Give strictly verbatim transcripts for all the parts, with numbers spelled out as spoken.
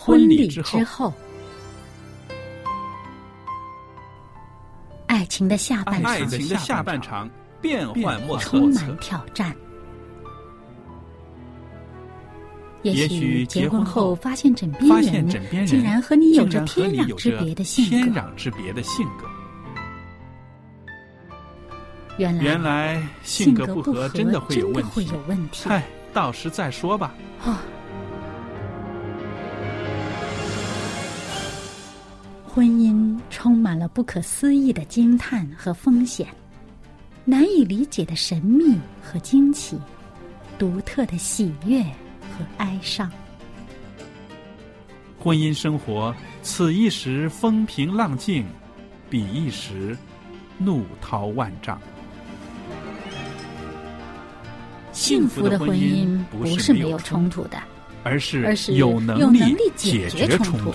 婚礼之后，爱情的下半场， 爱情的下半场变幻莫测， 充满挑战。也许结婚后发现枕边人竟然和你有着天壤之别的性格， 天壤之别的性格。 原来原来性格不合真的会有问题， 问题。 嗨，到时再说吧。 哦，婚姻充满了不可思议的惊叹和风险，难以理解的神秘和惊奇，独特的喜悦和哀伤。 婚姻生活，此一时风平浪静，彼一时怒涛万丈。 幸福的婚姻不是没有冲突的， 而是而是有能力解决冲突。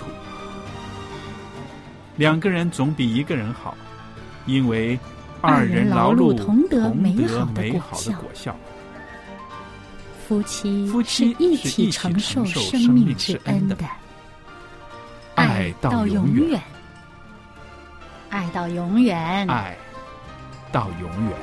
两个人总比一个人好，因为二人劳碌同得美好的果效。 夫妻夫妻是一起承受生命之恩的， 爱到永远， 爱到永远， 爱到永远。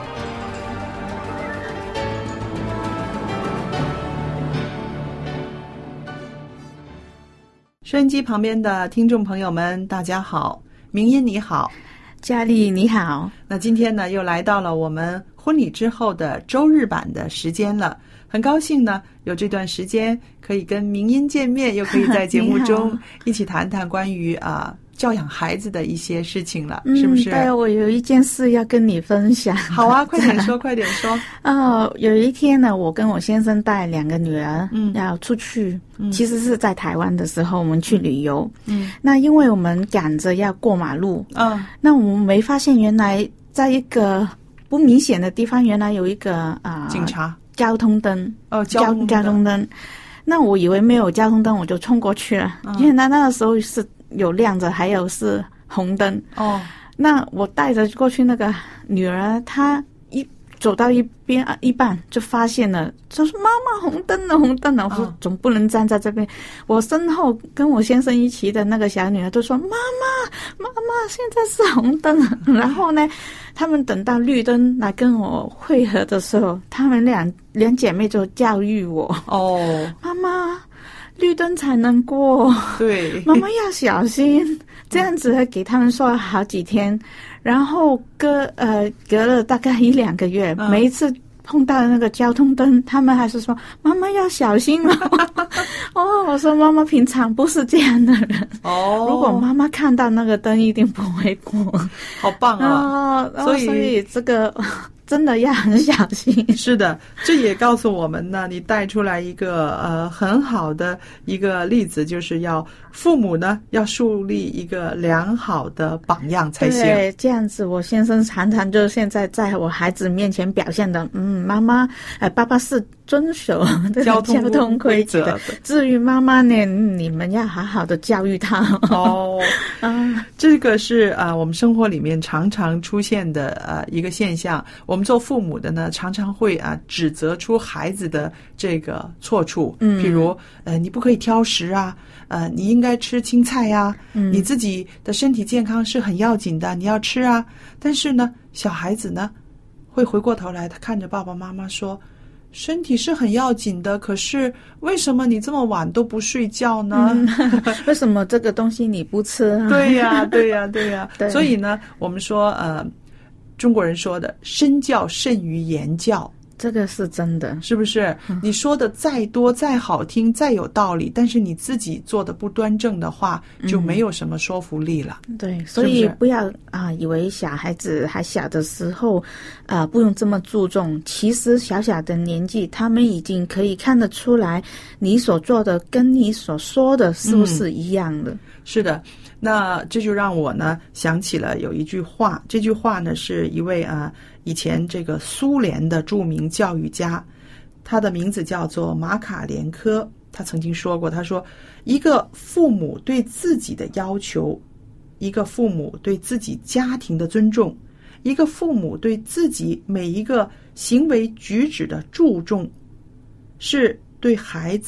收音机旁边的听众朋友们，大家好，明音你好， 佳丽你好。 那今天呢，又来到了我们婚礼之后的周日版的时间了。很高兴呢，有这段时间可以跟明音见面，又可以在节目中一起谈谈关于啊、呃、教养孩子的一些事情了， 嗯、 是不是？ 对，我有一件事要跟你分享。 好啊，快点说，快点说。 哦，有一天呢，我跟我先生带两个女儿， 嗯， 要出去， 嗯， 其实是在台湾的时候，我们去旅游， 嗯， 那因为我们赶着要过马路， 嗯， 那我们没发现原来在一个不明显的地方，原来有一个啊、呃、 警察。 交通灯哦，交通灯交通灯，那我以为没有交通灯，我就冲过去了。 嗯、 因为那那个时候是有亮着，还有是红灯。 哦， 那我带着过去那个女儿，她一走到一边一半就发现了，就说妈妈红灯了，红灯了。我说总不能站在这边。我身后跟我先生一起的那个小女儿都说妈妈妈妈，现在是红灯了。然后呢，他们等到绿灯来跟我会合的时候，他们两两姐妹就教育我哦， 妈妈，绿灯才能过， 对， 妈妈要小心。这样子给他们说了好几天，然后隔呃隔了大概一两个月，嗯、每一次碰到那个交通灯，他们还是说妈妈要小心哦。哦，我说妈妈平常不是这样的人哦， 如果妈妈看到那个灯一定不会过。 好棒啊！ 哦，所以所以这个真的要很小心。 是的，这也告诉我们呢，你带出来一个呃很好的一个例子，就是要父母呢要树立一个良好的榜样才行。 对，这样子我先生常常就现在在我孩子面前表现的，嗯，妈妈，呃，爸爸是遵守交通交通规则的。至于妈妈呢，你们要好好的教育他。 哦，啊，这个是啊、呃，我们生活里面常常出现的呃一个现象。我们做父母的呢，常常会啊指责出孩子的这个错处，嗯，譬如呃你不可以挑食啊，呃你应该吃青菜呀、啊，嗯，你自己的身体健康是很要紧的，你要吃啊。但是呢，小孩子呢会回过头来，他看着爸爸妈妈说，身体是很要紧的，可是为什么你这么晚都不睡觉呢？ 嗯、为什么这个东西你不吃啊？ 对呀、啊，对呀、啊，对呀、 啊。 所以呢，我们说呃。中国人说的身教胜于言教， 这个是真的， 是不是？嗯、你说的再多再好听再有道理，但是你自己做的不端正的话，就没有什么说服力了。 嗯、对，所以不要啊、呃，以为小孩子还小的时候，啊、呃，不用这么注重。其实小小的年纪，他们已经可以看得出来，你所做的跟你所说的是不是一样的？ 嗯、是的。那这就让我呢想起了有一句话，这句话呢是一位啊以前这个苏联的著名教育家，他的名字叫做马卡连科。他曾经说过，他说一个父母对自己的要求，一个父母对自己家庭的尊重，一个父母对自己每一个行为举止的注重，是对孩子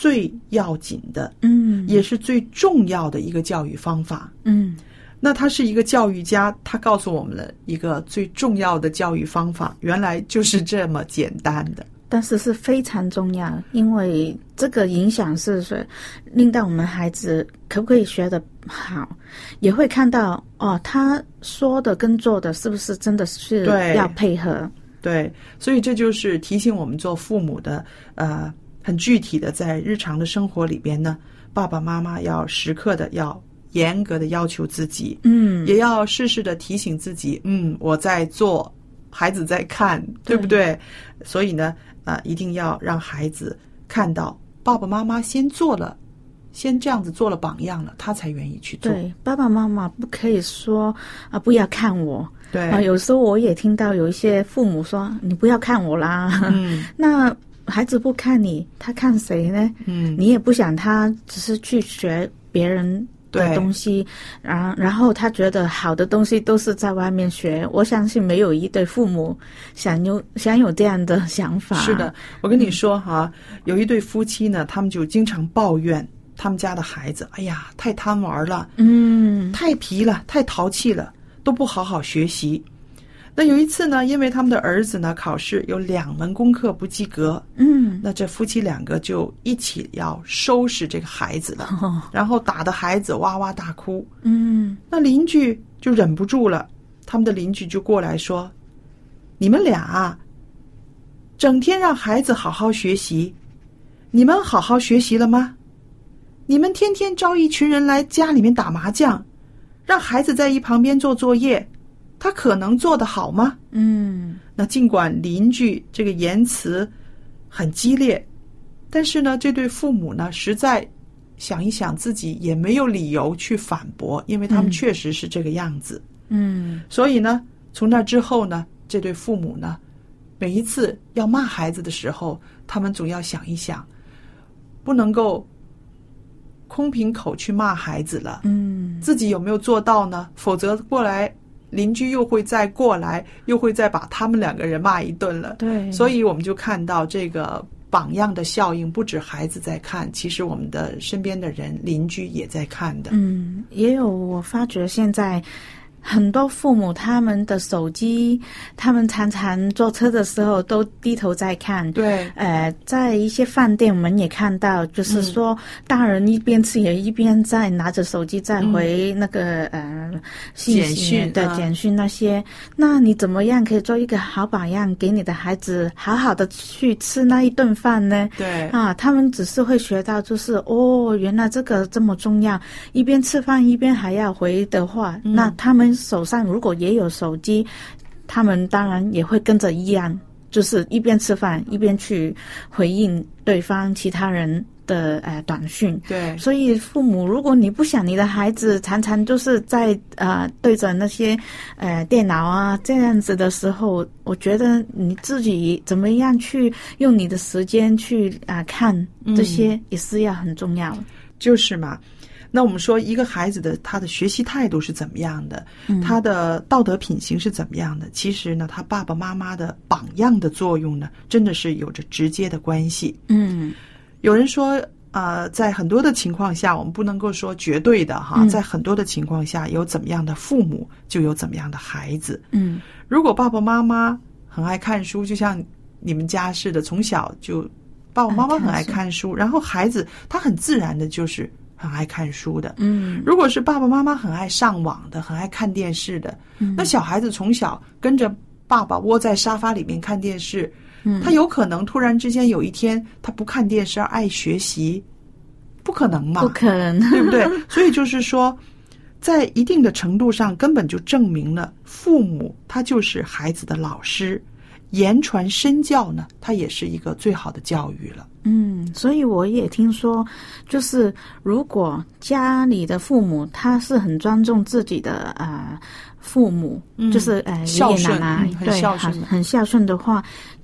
最要紧的， 嗯， 也是最重要的一个教育方法。 嗯， 那他是一个教育家，他告诉我们了一个最重要的教育方法，原来就是这么简单的。 但是是非常重要，因为这个影响是说令到我们孩子可不可以学得好，也会看到哦，他说的跟做的是不是真的是要配合。 对，所以这就是提醒我们做父母的，呃，很具体的在日常的生活里边呢，爸爸妈妈要时刻的要严格的要求自己，嗯，也要时时的提醒自己，嗯，我在做，孩子在看，对不对？所以呢，啊、呃，一定要让孩子看到爸爸妈妈先做了，先这样子做了榜样了，他才愿意去做。 对，爸爸妈妈不可以说啊，不要看我。 对啊，有时候我也听到有一些父母说，你不要看我啦。嗯，那孩子不看你，他看谁呢？嗯，你也不想他只是去学别人的东西，然然后他觉得好的东西都是在外面学。我相信没有一对父母想有想有这样的想法。 是的，我跟你说哈，嗯、有一对夫妻呢，他们就经常抱怨他们家的孩子，哎呀，太贪玩了，嗯，太皮了，太淘气了，都不好好学习。那有一次呢，因为他们的儿子呢考试有两门功课不及格，嗯，那这夫妻两个就一起要收拾这个孩子了，哦、然后打的孩子哇哇大哭，嗯，那邻居就忍不住了，他们的邻居就过来说：“你们俩啊，整天让孩子好好学习，你们好好学习了吗？你们天天招一群人来家里面打麻将，让孩子在一旁边做作业。”他可能做得好吗？嗯，那尽管邻居这个言辞很激烈，但是呢，这对父母呢，实在想一想自己也没有理由去反驳，因为他们确实是这个样子。嗯，所以呢，从那之后呢，这对父母呢，每一次要骂孩子的时候，他们总要想一想，不能够空凭口去骂孩子了。嗯，自己有没有做到呢？否则过来。邻居又会再过来，又会再把他们两个人骂一顿了。对，所以我们就看到这个榜样的效应，不止孩子在看，其实我们的身边的人、邻居也在看的。 嗯，也有我发觉现在。很多父母他们的手机，他们常常坐车的时候都低头在看。 对， 呃，在一些饭店我们也看到，就是说、嗯、大人一边吃也一边在拿着手机在回那个、嗯、呃信息的简讯那些、啊。那你怎么样可以做一个好榜样，给你的孩子好好的去吃那一顿饭呢？ 对啊，他们只是会学到就是哦，原来这个这么重要，一边吃饭一边还要回的话，嗯、那他们手上如果也有手机，他们当然也会跟着一样，就是一边吃饭一边去回应对方其他人的呃短讯。 对， 所以父母，如果你不想你的孩子常常就是在呃对着那些呃电脑啊这样子的时候，我觉得你自己怎么样去用你的时间去啊、呃、看这些也是要很重要、嗯、 就是嘛。那我们说一个孩子的他的学习态度是怎么样的、嗯、他的道德品行是怎么样的，其实呢他爸爸妈妈的榜样的作用呢真的是有着直接的关系。嗯，有人说呃，在很多的情况下，我们不能够说绝对的哈、嗯，在很多的情况下，有怎么样的父母就有怎么样的孩子。嗯，如果爸爸妈妈很爱看书，就像你们家似的，从小就爸爸妈妈很爱看书，然后孩子他很自然的就是很爱看书的。嗯，如果是爸爸妈妈很爱上网的，很爱看电视的，嗯、那小孩子从小跟着爸爸窝在沙发里面看电视，嗯、他有可能突然之间有一天他不看电视而爱学习，不可能嘛？ 不可能， 对不对？所以就是说，在一定的程度上，根本就证明了父母他就是孩子的老师，言传身教呢，它也是一个最好的教育了。 嗯，所以我也听说，就是如果家里的父母他是很尊重自己的啊、呃、父母，嗯、就是呃爷爷奶奶， 对，很孝顺， 很孝顺的话，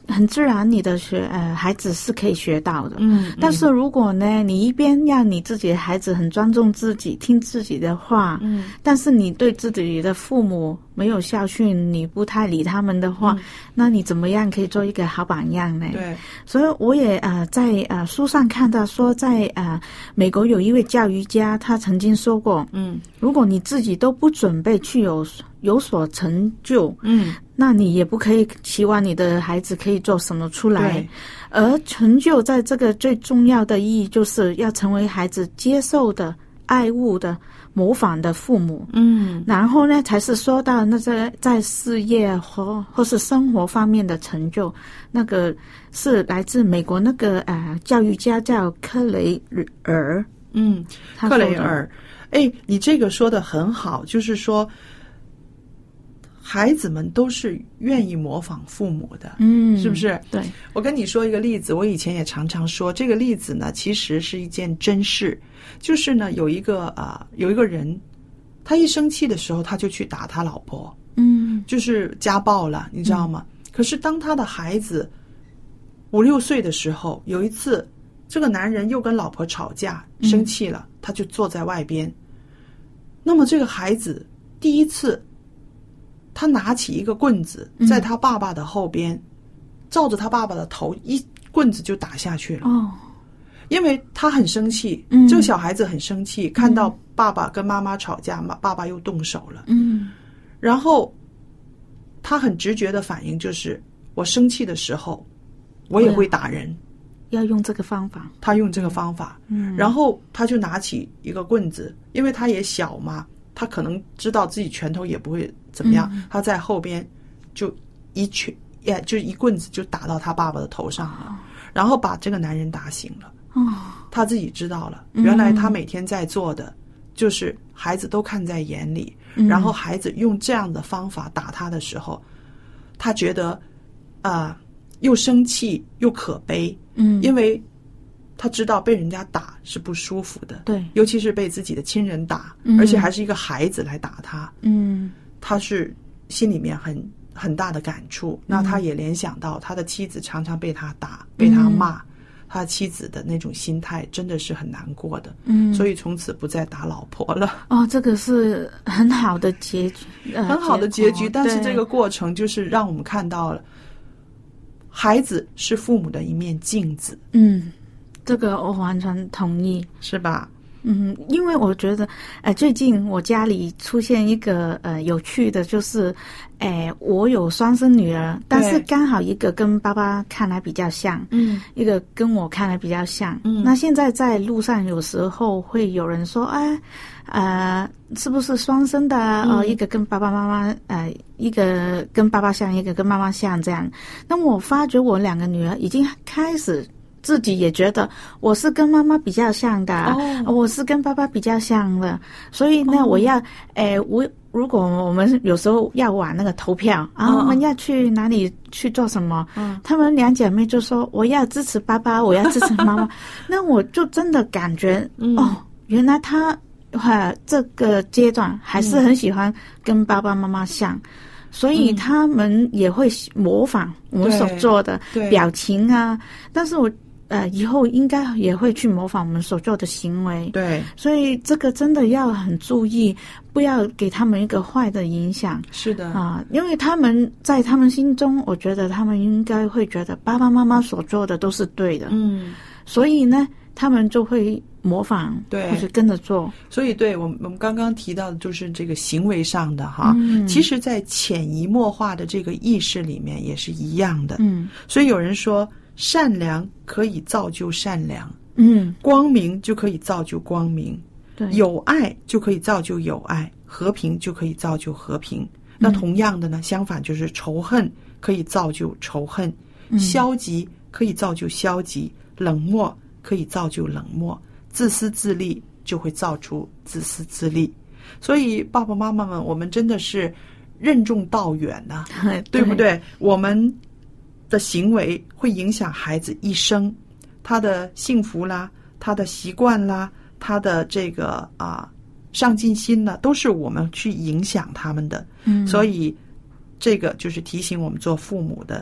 很自然，你的学呃孩子是可以学到的。 嗯， 但是如果呢，你一边让你自己的孩子很尊重自己，听自己的话， 嗯， 但是你对自己的父母没有孝训，你不太理他们的话， 嗯、 那你怎么样可以做一个好榜样呢？ 对， 所以我也呃在呃书上看到说在，在呃美国有一位教育家，他曾经说过， 嗯， 如果你自己都不准备去有有所成就， 嗯。 那你也不可以期望你的孩子可以做什么出来，而成就在这个最重要的意义，就是要成为孩子接受的、爱物的、模仿的父母。 嗯， 然后呢，才是说到那个在事业或或是生活方面的成就，那个是来自美国那个呃教育家叫克雷尔。 嗯，克雷尔，哎，你这个说的很好，就是说。孩子们都是愿意模仿父母的， 嗯， 是不是？ 对， 我跟你说一个例子，我以前也常常说，这个例子呢，其实是一件真事。就是呢，有一个啊、呃，有一个人，他一生气的时候，他就去打他老婆， 嗯， 就是家暴了，你知道吗？嗯、可是当他的孩子五六岁的时候，有一次，这个男人又跟老婆吵架，生气了，嗯、他就坐在外边。那么这个孩子第一次。他拿起一个棍子，在他爸爸的后边，嗯、照着他爸爸的头，一棍子就打下去了。 哦， 因为他很生气， 嗯、 这个小孩子很生气，看到爸爸跟妈妈吵架，爸爸又动手了。 嗯， 然后他很直觉的反应就是，我生气的时候，我也会打人。 要用这个方法， 他用这个方法。 嗯， 然后他就拿起一个棍子，因为他也小嘛。他可能知道自己拳头也不会怎么样，嗯、他在后边就一拳，也就一棍子就打到他爸爸的头上了，哦、然后把这个男人打醒了。 哦， 他自己知道了，原来他每天在做的就是孩子都看在眼里， 嗯、 然后孩子用这样的方法打他的时候，他觉得啊、呃、又生气又可悲， 嗯， 因为。他知道被人家打是不舒服的， 对， 尤其是被自己的亲人打， 嗯、 而且还是一个孩子来打他， 嗯， 他是心里面很很大的感触。那他也联想到他的妻子常常被他打，嗯、被他骂，他妻子的那种心态真的是很难过的， 嗯， 所以从此不再打老婆了。 哦，这个是很好的结局，呃、 很好的结局。 结但是这个过程就是让我们看到了，孩子是父母的一面镜子。 嗯。这个我完全同意， 是吧？ 嗯，因为我觉得，呃，最近我家里出现一个呃有趣的，就是，哎、呃，我有双生女儿，但是刚好一个跟爸爸看来比较像， 嗯， 一个跟我看来比较像， 嗯， 那现在在路上有时候会有人说，哎，呃，是不是双生的？呃， 嗯、 一个跟爸爸妈妈，呃，一个跟爸爸像，一个跟妈妈像，这样。那我发觉我两个女儿已经开始。自己也觉得我是跟妈妈比较像的， 哦、 我是跟爸爸比较像的，所以呢， 哦、 我要，诶，我如果我们有时候要玩那个投票，啊，我们要去哪里去做什么， 嗯， 她们两姐妹就说我要支持爸爸，我要支持妈妈，那我就真的感觉， 嗯、 哦，原来她呃这个阶段还是很喜欢跟爸爸妈妈像。嗯，所以他们也会模仿我们所做的表情啊，但是我呃以后应该也会去模仿我们所做的行为。 对， 所以这个真的要很注意，不要给他们一个坏的影响。 是的啊，因为他们在他们心中，我觉得他们应该会觉得爸爸妈妈所做的都是对的。 嗯， 所以呢，他们就会模仿， 对， 或者跟着做。 所以对我们我们刚刚提到的就是这个行为上的哈， 嗯、 其实在潜移默化的这个意识里面也是一样的。 嗯， 所以有人说善良可以造就善良， 嗯， 光明就可以造就光明， 对， 有爱就可以造就有爱，和平就可以造就和平。那同样的呢，相反就是仇恨可以造就仇恨， 嗯、 消极可以造就消极，冷漠可以造就冷漠，自私自利就会造出自私自利。所以爸爸妈妈们，我们真的是任重道远呐、啊，对不对？我们的行为会影响孩子一生，他的幸福啦，他的习惯啦，他的这个啊上进心呢，都是我们去影响他们的。 嗯， 所以这个就是提醒我们做父母的，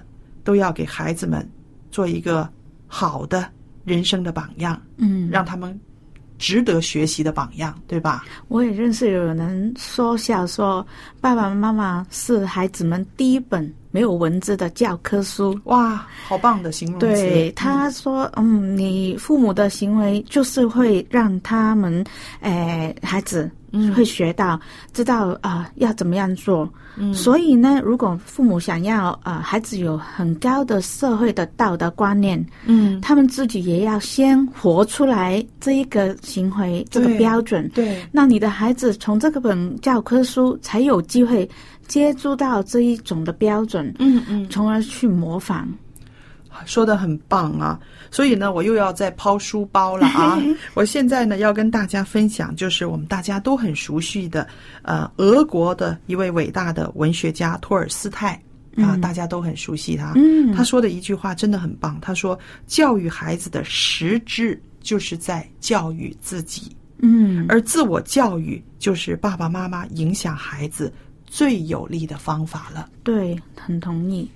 都要给孩子们做一个好的人生的榜样， 嗯， 让他们值得学习的榜样，对吧？ 我也认识有人说笑说，爸爸妈妈是孩子们第一本没有文字的教科书。 哇，好棒的形容词。 对，他说，嗯，你父母的行为就是会让他们，诶、呃，孩子会学到，嗯、知道啊、呃、要怎么样做。嗯，所以呢，如果父母想要啊、呃、孩子有很高的社会的道德观念，嗯，他们自己也要先活出来这一个行为这个标准。 对， 那你的孩子从这个本教科书才有机会接触到这一种的标准， 嗯嗯， 从而去模仿。 说得很棒啊！所以呢，我又要再抛书包了啊！我现在呢要跟大家分享，就是我们大家都很熟悉的，呃，俄国的一位伟大的文学家托尔斯泰啊，嗯、大家都很熟悉他。嗯，他说的一句话真的很棒，他说：“教育孩子的实质就是在教育自己。”嗯，而自我教育就是爸爸妈妈影响孩子最有力的方法了。 对，很同意。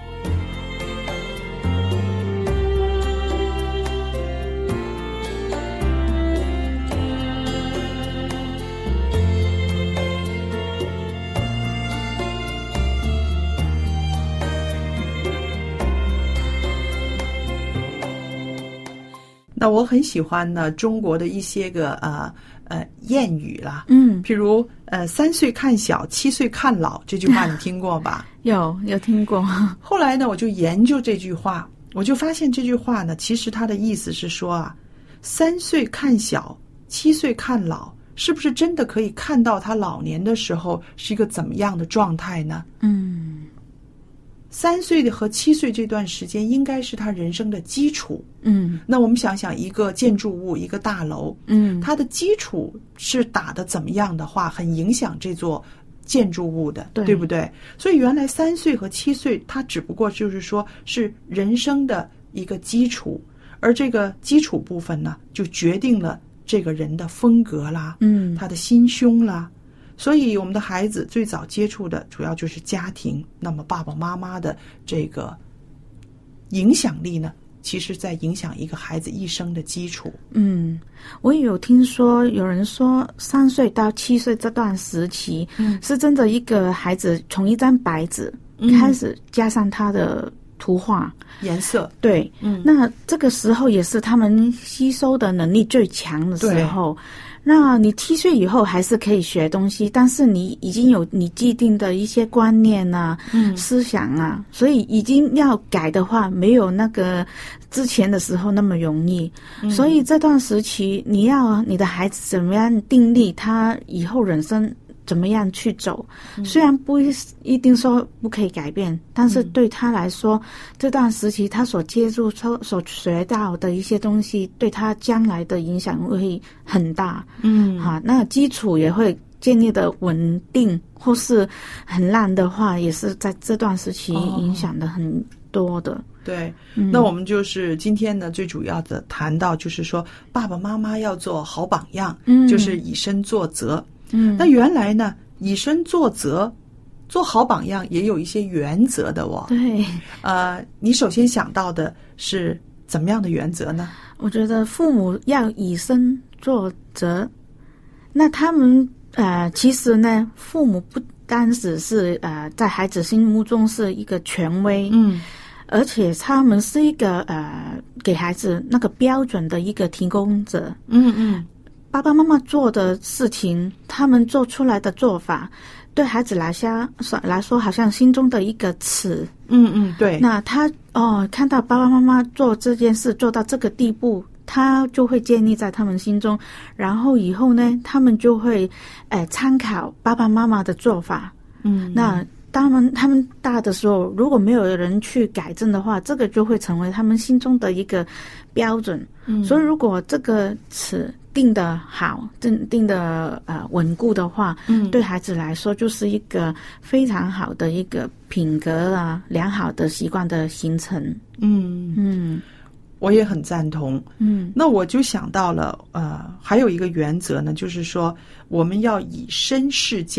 那我很喜欢呢中国的一些个呃呃谚语啦， 嗯， 譬如呃三岁看小，七岁看老，这句话你听过吧？ 有有听过。 后来呢，我就研究这句话，我就发现这句话呢，其实它的意思是说啊，三岁看小，七岁看老，是不是真的可以看到他老年的时候是一个怎么样的状态呢？ 嗯。 三岁的和七岁这段时间应该是他人生的基础。 嗯， 那我们想想，一个建筑物，一个大楼， 嗯， 它的基础是打得怎么样的话，很影响这座建筑物的， 对, 对不对？所以原来三岁和七岁，它只不过就是说是人生的一个基础，而这个基础部分呢，就决定了这个人的风格啦， 嗯， 他的心胸啦。所以我们的孩子最早接触的主要就是家庭，那么爸爸妈妈的这个影响力呢，其实在影响一个孩子一生的基础。 嗯，我也有听说有人说三岁到七岁这段时期，嗯，是真的一个孩子从一张白纸开始加上他的图画、 嗯、颜色， 对，嗯，那这个时候也是他们吸收的能力最强的时候。那你七岁以后还是可以学东西，但是你已经有你既定的一些观念啊、嗯、思想啊，所以已经要改的话，没有那个之前的时候那么容易。嗯、所以这段时期，你要你的孩子怎么样定力他以后人生怎么样去走，嗯、虽然不一定说不可以改变，但是对他来说，嗯、这段时期他所接触、所学到的一些东西，对他将来的影响会很大。 嗯， 哈，那基础也会建立的稳定，或是很烂的话，也是在这段时期影响的很多的。哦、 对，嗯、那我们就是今天呢，最主要的谈到就是说，爸爸妈妈要做好榜样， 嗯， 就是以身作则。 嗯， 那原来呢，以身作则，做好榜样也有一些原则的哦。 对， 呃，你首先想到的是怎么样的原则呢？ 我觉得父母要以身作则。那他们呃，其实呢，父母不单只是呃，在孩子心目中是一个权威， 嗯， 而且他们是一个呃，给孩子那个标准的一个提供者。 嗯嗯。 爸爸妈妈做的事情，他们做出来的做法，对孩子来说来说，好像心中的一个尺。 嗯嗯，对。 那他哦，看到爸爸妈妈做这件事做到这个地步，他就会建立在他们心中，然后以后呢，他们就会哎参考爸爸妈妈的做法。 嗯， 那当然他们大的时候，如果没有人去改正的话，这个就会成为他们心中的一个标准。 嗯， 所以如果这个尺定的好，定定的呃稳固的话， 嗯， 对孩子来说就是一个非常好的一个品格啊，良好的习惯的形成。 嗯嗯， 我也很赞同。 嗯， 那我就想到了，呃，还有一个原则呢，就是说我们要以身试教。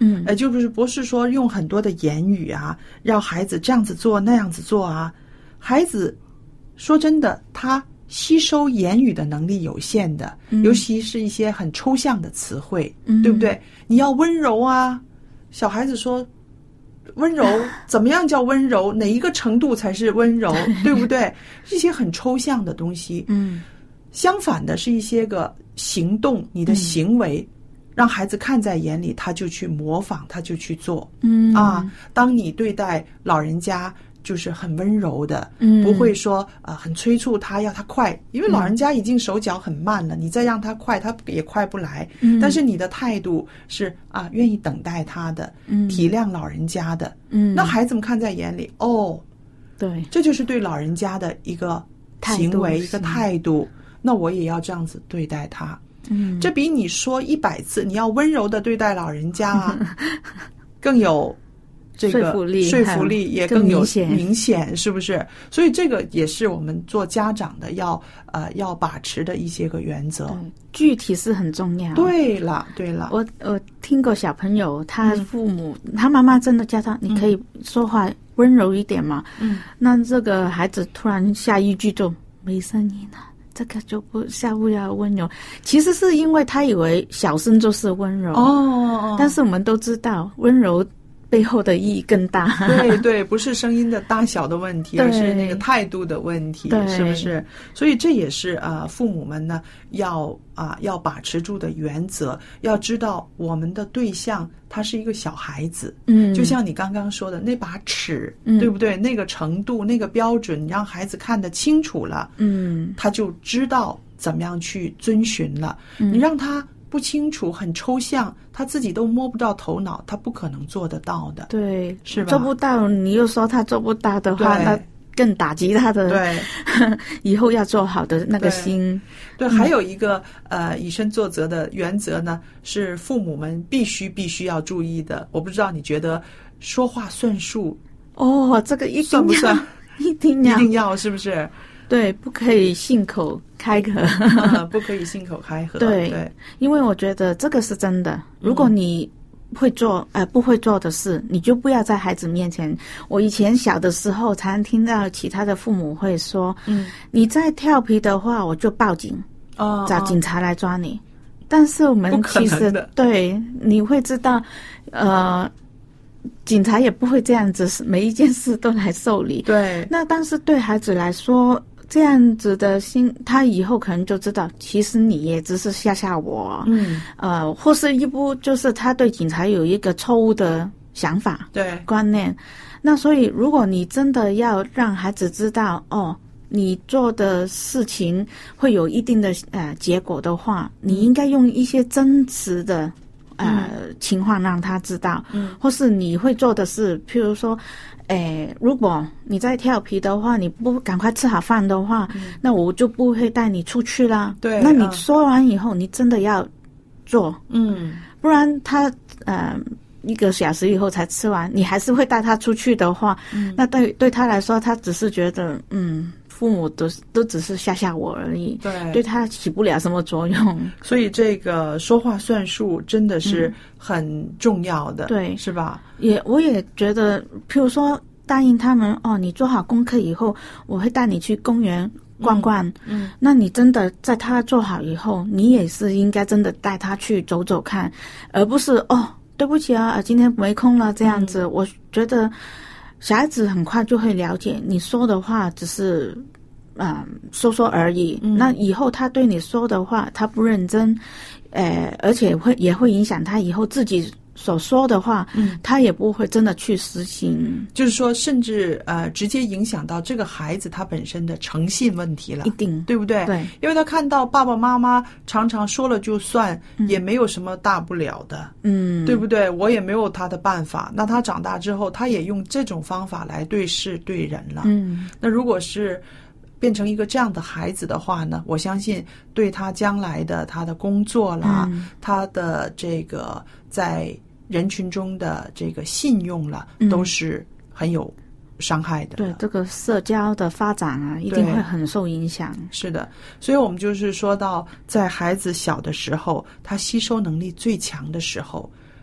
嗯， 呃，就是不是说用很多的言语啊，让孩子这样子做那样子做啊。孩子说真的，他吸收言语的能力有限的， 嗯、 尤其是一些很抽象的词汇， 嗯、 对不对？你要温柔啊，小孩子说温柔怎么样叫温柔？哪一个程度才是温柔？对不对？一些很抽象的东西。 嗯， 相反的是一些个行动，你的行为。嗯，让孩子看在眼里，他就去模仿，他就去做。 嗯啊，当你对待老人家就是很温柔的， 嗯， 不会说啊、呃、很催促他要他快，因为老人家已经手脚很慢了，嗯、你再让他快，他也快不来。 嗯， 但是你的态度是啊，愿意等待他的， 嗯， 体谅老人家的， 嗯， 那孩子们看在眼里，哦， 对， 这就是对老人家的一个行为，一个态度，那我也要这样子对待他。 嗯， 这比你说一百次你要温柔的对待老人家啊，更有这个说服力， 说服力也更有明显， 明显是不是？所以这个也是我们做家长的要呃要把持的一些个原则。 具体是很重要。 对了，对了， 我我听过小朋友，他父母、嗯、他妈妈真的叫他，你可以说话温柔一点嘛。 嗯， 那这个孩子突然下一句就没声音了。这个就不下不了温柔，其实是因为他以为小声就是温柔哦， 但是我们都知道温柔背后的意义更大。 对对，不是声音的大小的问题，而是那个态度的问题，是不是？所以这也是啊、呃，父母们呢要啊、呃、要把持住的原则，要知道我们的对象他是一个小孩子， 嗯， 就像你刚刚说的那把尺， 嗯、 对不对？那个程度、那个标准，你让孩子看得清楚了， 嗯， 他就知道怎么样去遵循了。 嗯、 你让他不清楚、很抽象，他自己都摸不到头脑，他不可能做得到的。 对， 是吧？ 做不到，你又说他做不到的话，那更打击他的对以后要做好的那个心。 对，对还有一个、嗯、呃以身作则的原则呢，是父母们必须必须要注意的。我不知道你觉得说话算数哦，这个一定算不算？ 一定要， 一定要，是不是？ 对，不可以信口开河， 嗯、不可以信口开河。 对， 对， 因为我觉得这个是真的。如果你会做呃不会做的事，你就不要在孩子面前。我以前小的时候常听到其他的父母会说， 嗯， 你再调皮的话，我就报警， 哦， 找警察来抓你。但是我们其实对你会知道，呃。警察也不会这样子，每一件事都来受理。 对， 那但是对孩子来说，这样子的心，他以后可能就知道，其实你也只是吓吓我。 嗯， 呃，或是一步就是他对警察有一个错误的想法、 对观念。那所以，如果你真的要让孩子知道，哦，你做的事情会有一定的呃结果的话，你应该用一些真实的。呃、嗯，情况让他知道， 嗯， 或是你会做的事，譬如说，诶，如果你在调皮的话，你不赶快吃好饭的话，嗯、那我就不会带你出去啦。 对， 那你说完以后，嗯、你真的要做， 嗯， 不然他呃一个小时以后才吃完，你还是会带他出去的话， 嗯、 那对对他来说，他只是觉得，嗯。父母都都只是吓吓我而已， 对， 对他起不了什么作用。 所以这个说话算数真的是很重要的， 嗯、对， 是吧？ 也我也觉得，譬如说答应他们哦，你做好功课以后，我会带你去公园逛逛。 嗯，嗯那你真的在他做好以后，你也是应该真的带他去走走看，而不是哦，对不起啊，今天没空了这样子。嗯、我觉得。小孩子很快就会了解你说的话只是嗯说说而已、嗯、那以后他对你说的话他不认真呃而且会也会影响他以后自己所说的话嗯他也不会真的去实行， 就是说甚至呃直接影响到这个孩子他本身的诚信问题了， 一定对不对？ 对， 因为他看到爸爸妈妈常常说了就算、嗯、也没有什么大不了的， 嗯， 对不对？我也没有他的办法，那他长大之后他也用这种方法来对事对人了， 嗯， 那如果是变成一个这样的孩子的话呢，我相信对他将来的他的工作啦、 嗯、 他的这个在人群中的这个信用了、 嗯、 都是很有伤害的。 对，这个社交的发展啊一定会很受影响。 是的，所以我们就是说到在孩子小的时候他吸收能力最强的时候，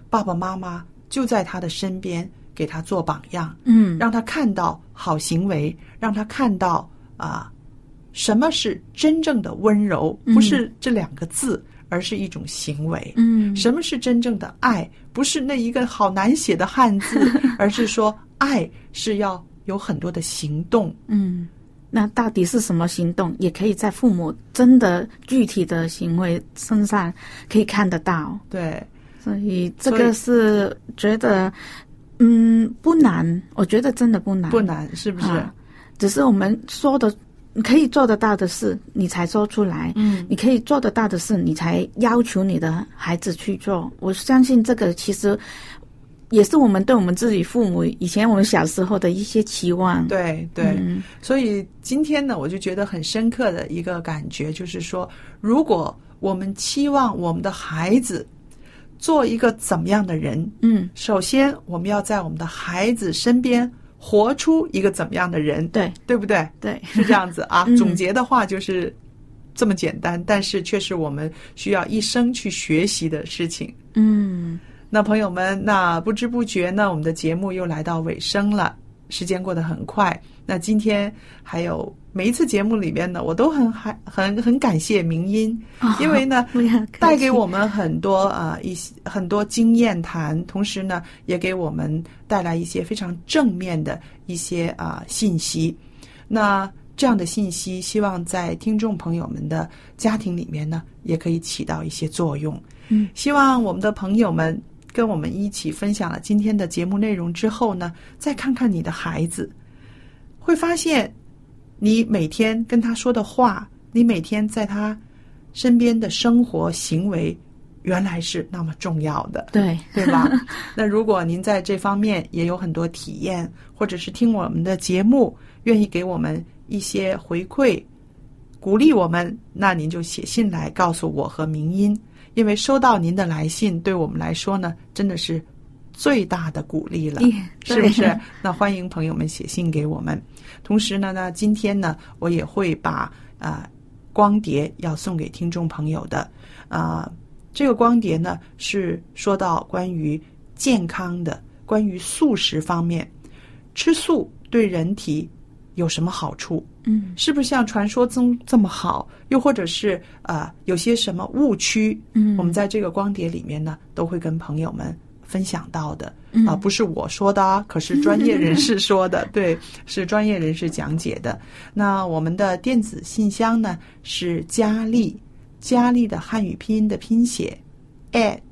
爸爸妈妈就在他的身边，给他做榜样， 嗯， 让他看到好行为，让他看到啊，什么是真正的温柔，不是这两个字，而是一种行为。 嗯， 什么是真正的爱，不是那一个好难写的汉字，而是说爱是要有很多的行动。 嗯，那到底是什么行动，也可以在父母真的具体的行为身上可以看得到。 对， 所以这个是觉得嗯不难，我觉得真的不难， 不难，是不是？ 啊，只是我们说的可以做得到的事你才说出来， 嗯， 你可以做得到的事你才要求你的孩子去做。我相信这个其实也是我们对我们自己父母以前我们小时候的一些期望。 对对， 嗯， 所以今天呢，我就觉得很深刻的一个感觉就是说，如果我们期望我们的孩子做一个怎么样的人， 嗯， 首先我们要在我们的孩子身边活出一个怎么样的人， 对， 对不对？ 对， 是这样子啊。 嗯， 总结的话就是这么简单，但是却是我们需要一生去学习的事情。 嗯， 那朋友们，那不知不觉呢，我们的节目又来到尾声了，时间过得很快。那今天还有每一次节目里面呢，我都很很很感谢明音， 哦， 因为呢不要客气， 带给我们很多啊、呃、一些很多经验谈，同时呢也给我们带来一些非常正面的一些啊、呃、信息。那这样的信息，希望在听众朋友们的家庭里面呢，也可以起到一些作用。 嗯， 希望我们的朋友们跟我们一起分享了今天的节目内容之后呢，再看看你的孩子，会发现你每天跟他说的话，你每天在他身边的生活行为，原来是那么重要的， 对， 对吧？那如果您在这方面也有很多体验，或者是听我们的节目，愿意给我们一些回馈，鼓励我们，那您就写信来告诉我和明音，因为收到您的来信对我们来说呢，真的是最大的鼓励了，是不是？那欢迎朋友们写信给我们。同时呢，那今天呢，我也会把啊、呃、光碟要送给听众朋友的啊、呃，这个光碟呢是说到关于健康的，关于素食方面，吃素对人体有什么好处？ 嗯， 是不是像传说中这么好？又或者是呃有些什么误区？ 嗯， 我们在这个光碟里面呢，都会跟朋友们分享到的啊、 嗯呃，不是我说的啊，可是专业人士说的，对，是专业人士讲解的。那我们的电子信箱呢是佳丽，佳丽的汉语拼音的拼写 at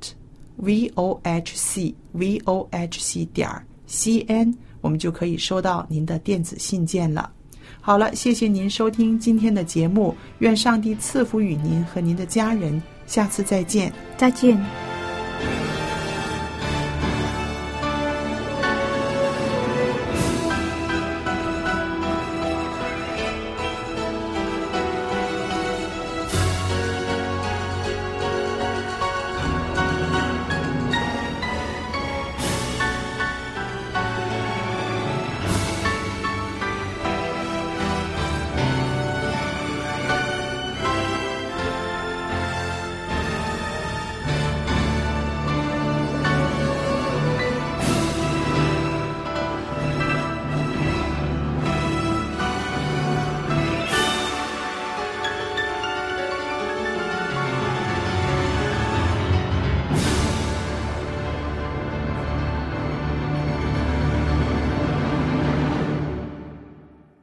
vohc vohc 点 cn， 我们就可以收到您的电子信件了。好了，谢谢您收听今天的节目，愿上帝赐福与您和您的家人，下次再见。 再见。